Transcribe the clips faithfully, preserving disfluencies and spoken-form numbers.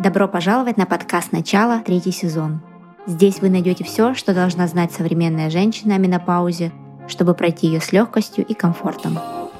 Добро пожаловать на подкаст «Начало», третий сезон. Здесь вы найдете все, что должна знать современная женщина о менопаузе, чтобы пройти ее с легкостью и комфортом.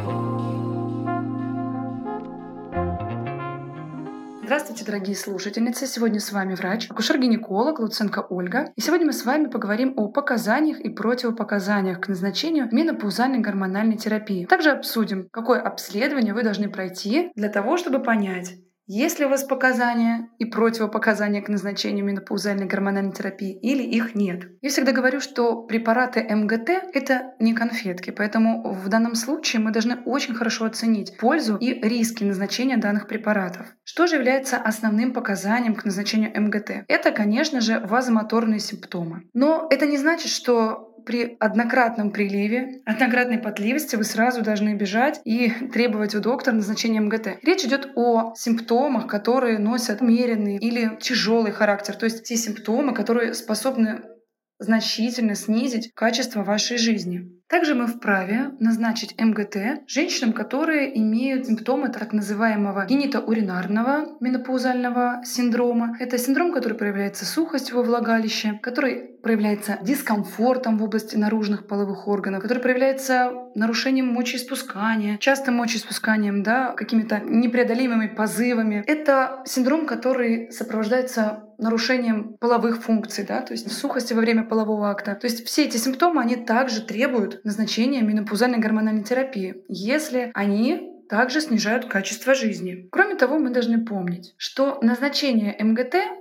Здравствуйте, дорогие слушательницы! Сегодня с вами врач, акушер-гинеколог Луценко Ольга. И сегодня мы с вами поговорим о показаниях и противопоказаниях к назначению менопаузальной гормональной терапии. Также обсудим, какое обследование вы должны пройти для того, чтобы понять, есть ли у вас показания и противопоказания к назначению менопаузальной гормональной терапии или их нет. Я всегда говорю, что препараты эм гэ тэ — это не конфетки, поэтому в данном случае мы должны очень хорошо оценить пользу и риски назначения данных препаратов. Что же является основным показанием к назначению эм гэ тэ? Это, конечно же, вазомоторные симптомы. Но это не значит, что при однократном приливе, однократной потливости вы сразу должны бежать и требовать у доктора назначения эм гэ тэ. Речь идет о симптомах, которые носят умеренный или тяжелый характер, то есть те симптомы, которые способны значительно снизить качество вашей жизни. Также мы вправе назначить эм гэ тэ женщинам, которые имеют симптомы так называемого генитоуринарного менопаузального синдрома. Это синдром, который проявляется сухостью во влагалище, который проявляется дискомфортом в области наружных половых органов, который проявляется нарушением мочеиспускания, частым мочеиспусканием, да, какими-то непреодолимыми позывами. Это синдром, который сопровождается нарушением половых функций, да, то есть сухости во время полового акта. То есть все эти симптомы, они также требуют назначения менопаузальной гормональной терапии, если они также снижают качество жизни. Кроме того, мы должны помнить, что назначение эм гэ тэ,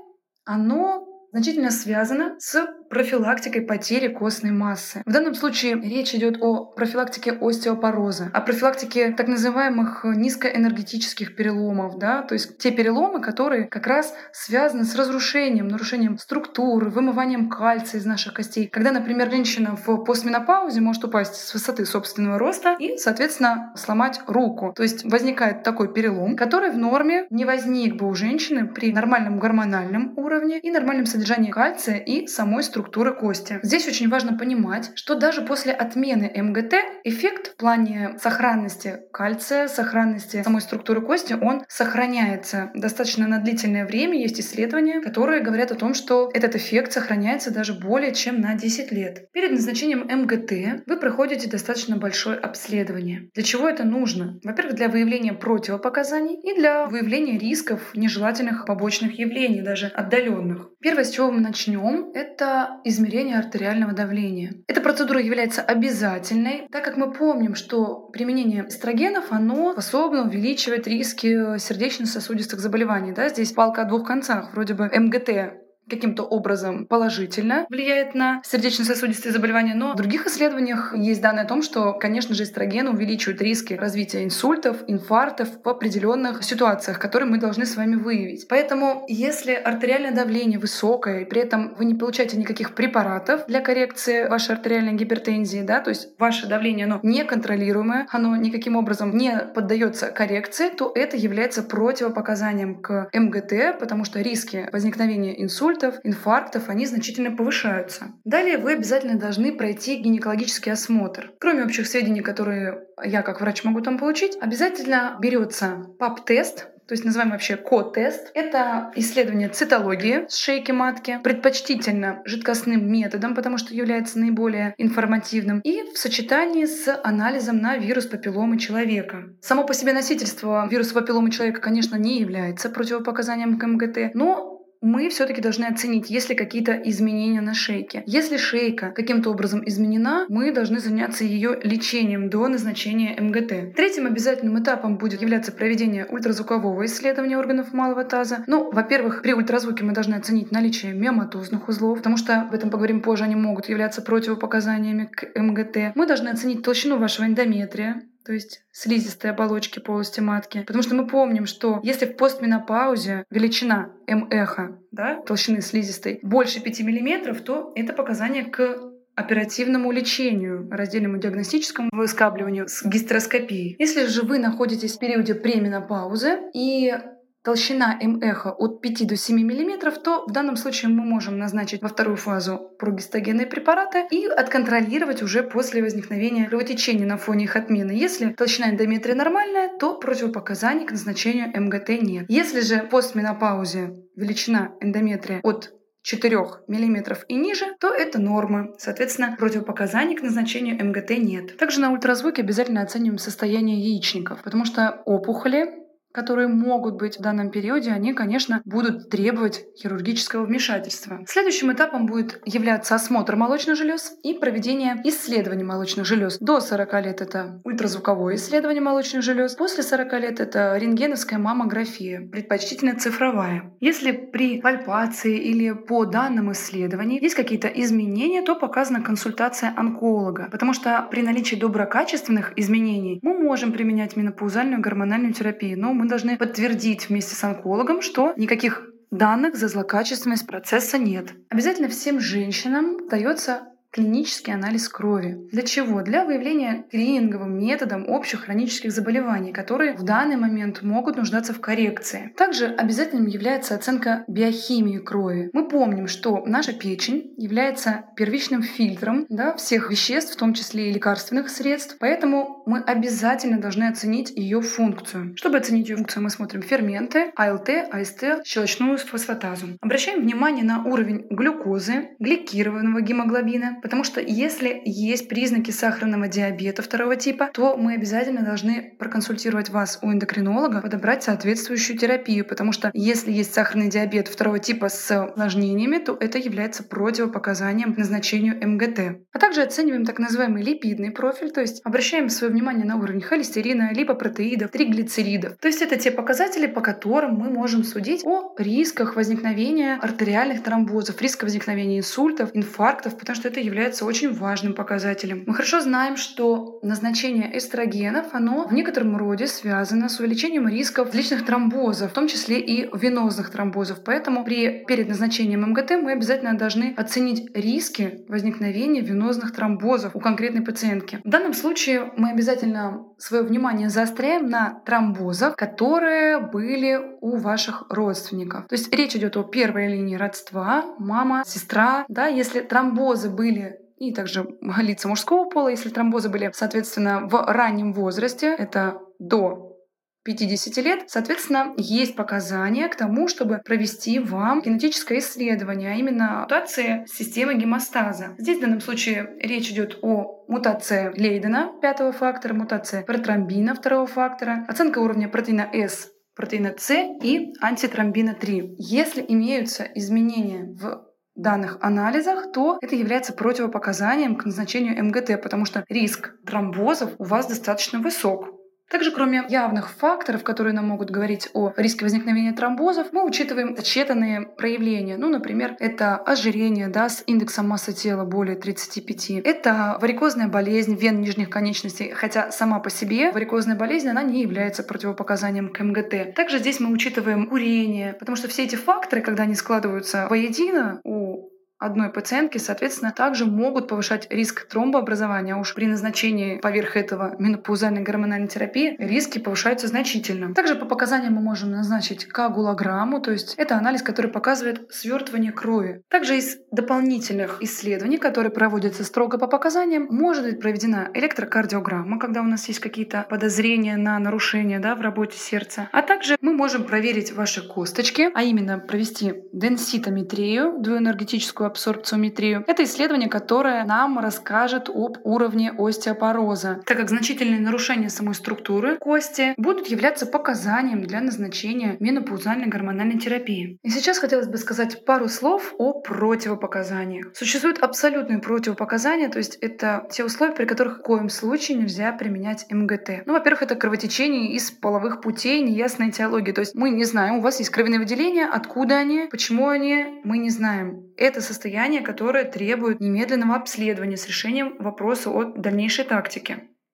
оно значительно связано с профилактикой потери костной массы. В данном случае речь идет о профилактике остеопороза, о профилактике так называемых низкоэнергетических переломов, да, то есть те переломы, которые как раз связаны с разрушением, нарушением структуры, вымыванием кальция из наших костей. Когда, например, женщина в постменопаузе может упасть с высоты собственного роста и, соответственно, сломать руку. То есть возникает такой перелом, который в норме не возник бы у женщины при нормальном гормональном уровне и нормальном содержании кальция и самой структуры структуры кости. Здесь очень важно понимать, что даже после отмены эм гэ тэ эффект в плане сохранности кальция, сохранности самой структуры кости, он сохраняется достаточно на длительное время. Есть исследования, которые говорят о том, что этот эффект сохраняется даже более чем на десять лет. Перед назначением эм гэ тэ вы проходите достаточно большое обследование. Для чего это нужно? Во-первых, для выявления противопоказаний и для выявления рисков нежелательных побочных явлений, даже отдаленных. Первое, с чего мы начнем, это измерение артериального давления. Эта процедура является обязательной, так как мы помним, что применение эстрогенов, оно способно увеличивать риски сердечно-сосудистых заболеваний. Да? Здесь палка о двух концах. Вроде бы эм гэ тэ каким-то образом положительно влияет на сердечно-сосудистые заболевания, но в других исследованиях есть данные о том, что, конечно же, эстрогены увеличивают риски развития инсультов, инфарктов в определенных ситуациях, которые мы должны с вами выявить. Поэтому, если артериальное давление высокое, и при этом вы не получаете никаких препаратов для коррекции вашей артериальной гипертензии, да, то есть ваше давление, оно неконтролируемое, оно никаким образом не поддается коррекции, то это является противопоказанием к эм гэ тэ, потому что риски возникновения инсульта, инфарктов, они значительно повышаются. Далее вы обязательно должны пройти гинекологический осмотр. Кроме общих сведений, которые я как врач могу там получить, обязательно берется пап-тест, то есть называемый вообще ко-тест. Это исследование цитологии с шейки матки, предпочтительно жидкостным методом, потому что является наиболее информативным, и в сочетании с анализом на вирус папилломы человека. Само по себе носительство вируса папилломы человека, конечно, не является противопоказанием к эм гэ тэ, но мы все-таки должны оценить, есть ли какие-то изменения на шейке. Если шейка каким-то образом изменена, мы должны заняться ее лечением до назначения эм гэ тэ. Третьим обязательным этапом будет являться проведение ультразвукового исследования органов малого таза. Ну, во-первых, при ультразвуке мы должны оценить наличие миоматозных узлов, потому что, об этом поговорим позже, они могут являться противопоказаниями к эм гэ тэ. Мы должны оценить толщину вашего эндометрия, то есть слизистой оболочки полости матки. Потому что мы помним, что если в постменопаузе величина эм-эхо, да, толщины слизистой, больше пяти миллиметров, то это показание к оперативному лечению, раздельному диагностическому выскабливанию с гистероскопией. Если же вы находитесь в периоде пременопаузы и толщина эм-эхо от пяти до семи миллиметров, то в данном случае мы можем назначить во вторую фазу прогестогенные препараты и отконтролировать уже после возникновения кровотечения на фоне их отмены. Если толщина эндометрия нормальная, то противопоказаний к назначению МГТ нет. Если же в постменопаузе величина эндометрия от четырёх миллиметров и ниже, то это норма. Соответственно, противопоказаний к назначению МГТ нет. Также на ультразвуке обязательно оцениваем состояние яичников, потому что опухоли, которые могут быть в данном периоде, они, конечно, будут требовать хирургического вмешательства. Следующим этапом будет являться осмотр молочных желез и проведение исследований молочных желез. До сорока лет это ультразвуковое исследование молочных желез, после сорока лет это рентгеновская маммография, предпочтительно цифровая. Если при пальпации или по данным исследований есть какие-то изменения, то показана консультация онколога, потому что при наличии доброкачественных изменений мы можем применять менопаузальную гормональную терапию, но мы должны подтвердить вместе с онкологом, что никаких данных за злокачественность процесса нет. Обязательно всем женщинам дается клинический анализ крови. Для чего? Для выявления скрининговым методом общих хронических заболеваний, которые в данный момент могут нуждаться в коррекции. Также обязательным является оценка биохимии крови. Мы помним, что наша печень является первичным фильтром, да, всех веществ, в том числе и лекарственных средств, поэтому мы обязательно должны оценить ее функцию. Чтобы оценить ее функцию, мы смотрим ферменты, АЛТ, АСТ, щелочную фосфатазу. Обращаем внимание на уровень глюкозы, гликированного гемоглобина, потому что если есть признаки сахарного диабета второго типа, то мы обязательно должны проконсультировать вас у эндокринолога, подобрать соответствующую терапию, потому что если есть сахарный диабет второго типа с осложнениями, то это является противопоказанием к назначению МГТ. А также оцениваем так называемый липидный профиль, то есть обращаем свое внимание на уровень холестерина, липопротеидов, триглицеридов. То есть это те показатели, по которым мы можем судить о рисках возникновения артериальных тромбозов, риска возникновения инсультов, инфарктов, потому что это является очень важным показателем. Мы хорошо знаем, что назначение эстрогенов, оно в некотором роде связано с увеличением рисков различных тромбозов, в том числе и венозных тромбозов. Поэтому при, перед назначением МГТ мы обязательно должны оценить риски возникновения венозных тромбозов у конкретной пациентки. В данном случае мы обязательно свое внимание заостряем на тромбозах, которые были у ваших родственников. То есть речь идет о первой линии родства, мама, сестра. Да, если тромбозы были и также лица мужского пола, если тромбозы были, соответственно, в раннем возрасте, это до пятидесяти лет, соответственно, есть показания к тому, чтобы провести вам генетическое исследование, а именно мутации системы гемостаза. Здесь в данном случае речь идет о мутации Лейдена, пятого фактора, мутация протромбина, второго фактора, оценка уровня протеина С, протеина С и антитромбина три. Если имеются изменения в данных анализах, то это является противопоказанием к назначению МГТ, потому что риск тромбозов у вас достаточно высок. Также, кроме явных факторов, которые нам могут говорить о риске возникновения тромбозов, мы учитываем сочетанные проявления. Ну, например, это ожирение, да, с индексом массы тела более тридцати пяти. Это варикозная болезнь вен нижних конечностей, хотя сама по себе варикозная болезнь, она не является противопоказанием к МГТ. Также здесь мы учитываем курение, потому что все эти факторы, когда они складываются воедино у одной пациентки, соответственно, также могут повышать риск тромбообразования. А уж при назначении поверх этого менопаузальной гормональной терапии риски повышаются значительно. Также по показаниям мы можем назначить коагулограмму, то есть это анализ, который показывает свертывание крови. Также из дополнительных исследований, которые проводятся строго по показаниям, может быть проведена электрокардиограмма, когда у нас есть какие-то подозрения на нарушения, да, в работе сердца. А также мы можем проверить ваши косточки, а именно провести денситометрию, двуэнергетическую абсорбциометрию. Это исследование, которое нам расскажет об уровне остеопороза, так как значительные нарушения самой структуры кости будут являться показанием для назначения менопаузальной гормональной терапии. И сейчас хотелось бы сказать пару слов о противопоказаниях. Существуют абсолютные противопоказания, то есть это те условия, при которых в коем случае нельзя применять МГТ. Ну, во-первых, это кровотечение из половых путей, неясная этиология. То есть мы не знаем, у вас есть кровяные выделения, откуда они, почему они, мы не знаем. Это состояние, которое требует немедленного обследования с решением вопроса о дальнейшей тактике.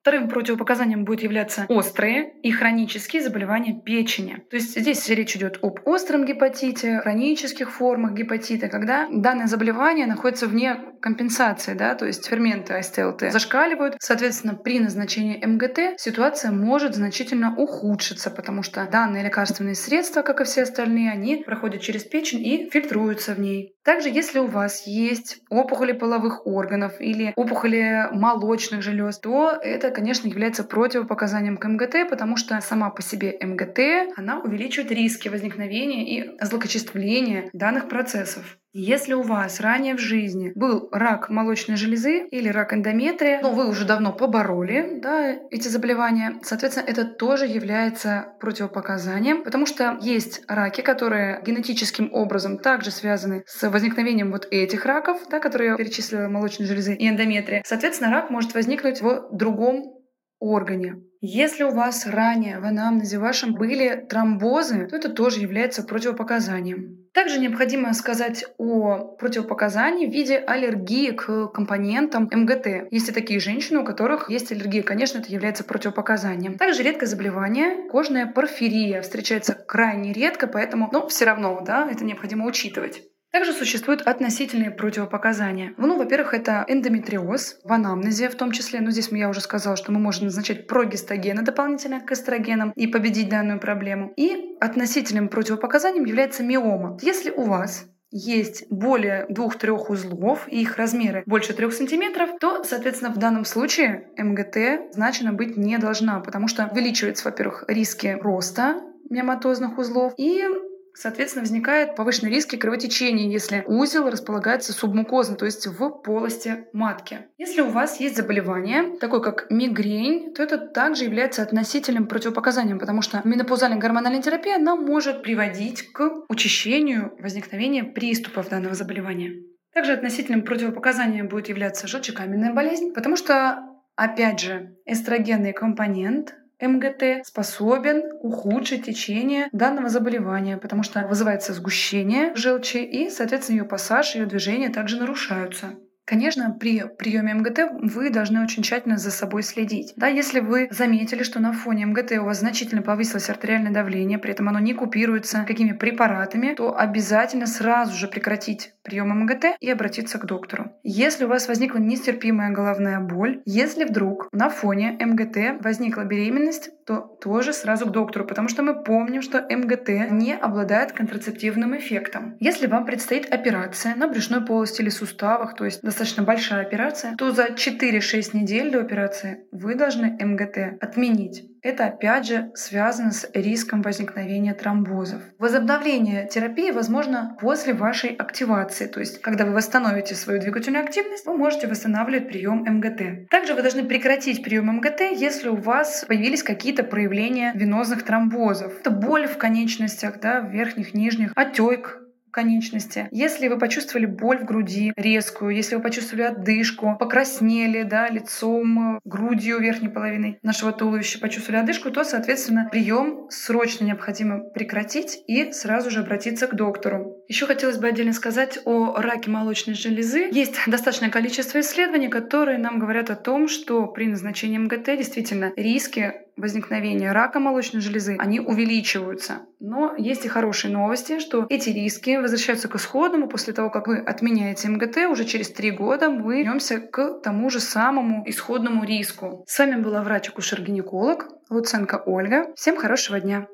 Вторым противопоказанием будет являться острые и хронические заболевания печени. То есть здесь речь идет об остром гепатите, хронических формах гепатита, когда данное заболевание находится вне компенсации, да, то есть ферменты эй эс тэ эл тэ зашкаливают. Соответственно, при назначении эм гэ тэ ситуация может значительно ухудшиться, потому что данные лекарственные средства, как и все остальные, они проходят через печень и фильтруются в ней. Также, если у вас есть опухоли половых органов или опухоли молочных желез, то это, конечно, является противопоказанием к эм гэ тэ, потому что сама по себе эм гэ тэ, она увеличивает риски возникновения и злокачествления данных процессов. Если у вас ранее в жизни был рак молочной железы или рак эндометрия, но вы уже давно побороли, да, эти заболевания, соответственно, это тоже является противопоказанием, потому что есть раки, которые генетическим образом также связаны с возникновением вот этих раков, да, которые я перечислила, молочной железы и эндометрия. Соответственно, рак может возникнуть в другом органе. Если у вас ранее в анамнезе вашем были тромбозы, то это тоже является противопоказанием. Также необходимо сказать о противопоказании в виде аллергии к компонентам эм гэ тэ. Есть и такие женщины, у которых есть аллергия. Конечно, это является противопоказанием. Также редкое заболевание — кожная порфирия. Встречается крайне редко, поэтому, ну, все равно, да, это необходимо учитывать. Также существуют относительные противопоказания. Ну, во-первых, это эндометриоз в анамнезе в том числе. Но здесь я уже сказала, что мы можем назначать прогестогены дополнительно к эстрогенам и победить данную проблему. И относительным противопоказанием является миома. Если у вас есть более двух-трех узлов и их размеры больше трех сантиметров, то, соответственно, в данном случае эм гэ тэ значена быть не должна, потому что увеличиваются, во-первых, риски роста миоматозных узлов и соответственно, возникает повышенный риск кровотечения, если узел располагается субмукозно, то есть в полости матки. Если у вас есть заболевание, такое как мигрень, то это также является относительным противопоказанием, потому что менопаузальная гормональная терапия она может приводить к учащению возникновения приступов данного заболевания. Также относительным противопоказанием будет являться желчекаменная болезнь, потому что, опять же, эстрогенный компонент эм гэ тэ способен ухудшить течение данного заболевания, потому что вызывается сгущение желчи и, соответственно, ее пассаж, ее движения также нарушаются. Конечно, при приеме эм гэ тэ вы должны очень тщательно за собой следить. Да, если вы заметили, что на фоне эм гэ тэ у вас значительно повысилось артериальное давление, при этом оно не купируется какими препаратами, то обязательно сразу же прекратить прием эм гэ тэ и обратиться к доктору. Если у вас возникла нестерпимая головная боль, если вдруг на фоне эм гэ тэ возникла беременность, то тоже сразу к доктору, потому что мы помним, что эм гэ тэ не обладает контрацептивным эффектом. Если вам предстоит операция на брюшной полости или суставах, то есть достаточно большая операция, то за четыре-шесть недель до операции вы должны эм гэ тэ отменить. Это опять же связано с риском возникновения тромбозов. Возобновление терапии возможно после вашей активации, то есть когда вы восстановите свою двигательную активность, вы можете восстанавливать прием эм гэ тэ. Также вы должны прекратить прием эм гэ тэ, если у вас появились какие-то проявления венозных тромбозов. Это боль в конечностях, да, в верхних, нижних, отек конечности. Если вы почувствовали боль в груди резкую, если вы почувствовали одышку, покраснели, да, лицом, грудью, верхней половиной нашего туловища, почувствовали одышку, то, соответственно, прием срочно необходимо прекратить и сразу же обратиться к доктору. Еще хотелось бы отдельно сказать о раке молочной железы. Есть достаточное количество исследований, которые нам говорят о том, что при назначении эм гэ тэ действительно риски возникновения рака молочной железы, они увеличиваются. Но есть и хорошие новости, что эти риски возвращаются к исходному. После того, как вы отменяете эм гэ тэ, уже через три года мы вернемся к тому же самому исходному риску. С вами была врач-акушер-гинеколог Луценко Ольга. Всем хорошего дня!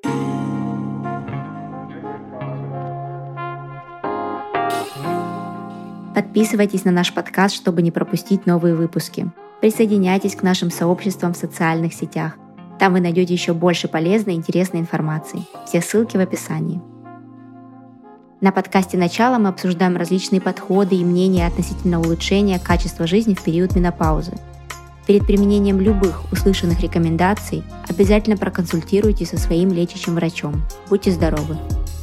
Подписывайтесь на наш подкаст, чтобы не пропустить новые выпуски. Присоединяйтесь к нашим сообществам в социальных сетях. Там вы найдете еще больше полезной и интересной информации. Все ссылки в описании. На подкасте «Начало» мы обсуждаем различные подходы и мнения относительно улучшения качества жизни в период менопаузы. Перед применением любых услышанных рекомендаций обязательно проконсультируйтесь со своим лечащим врачом. Будьте здоровы!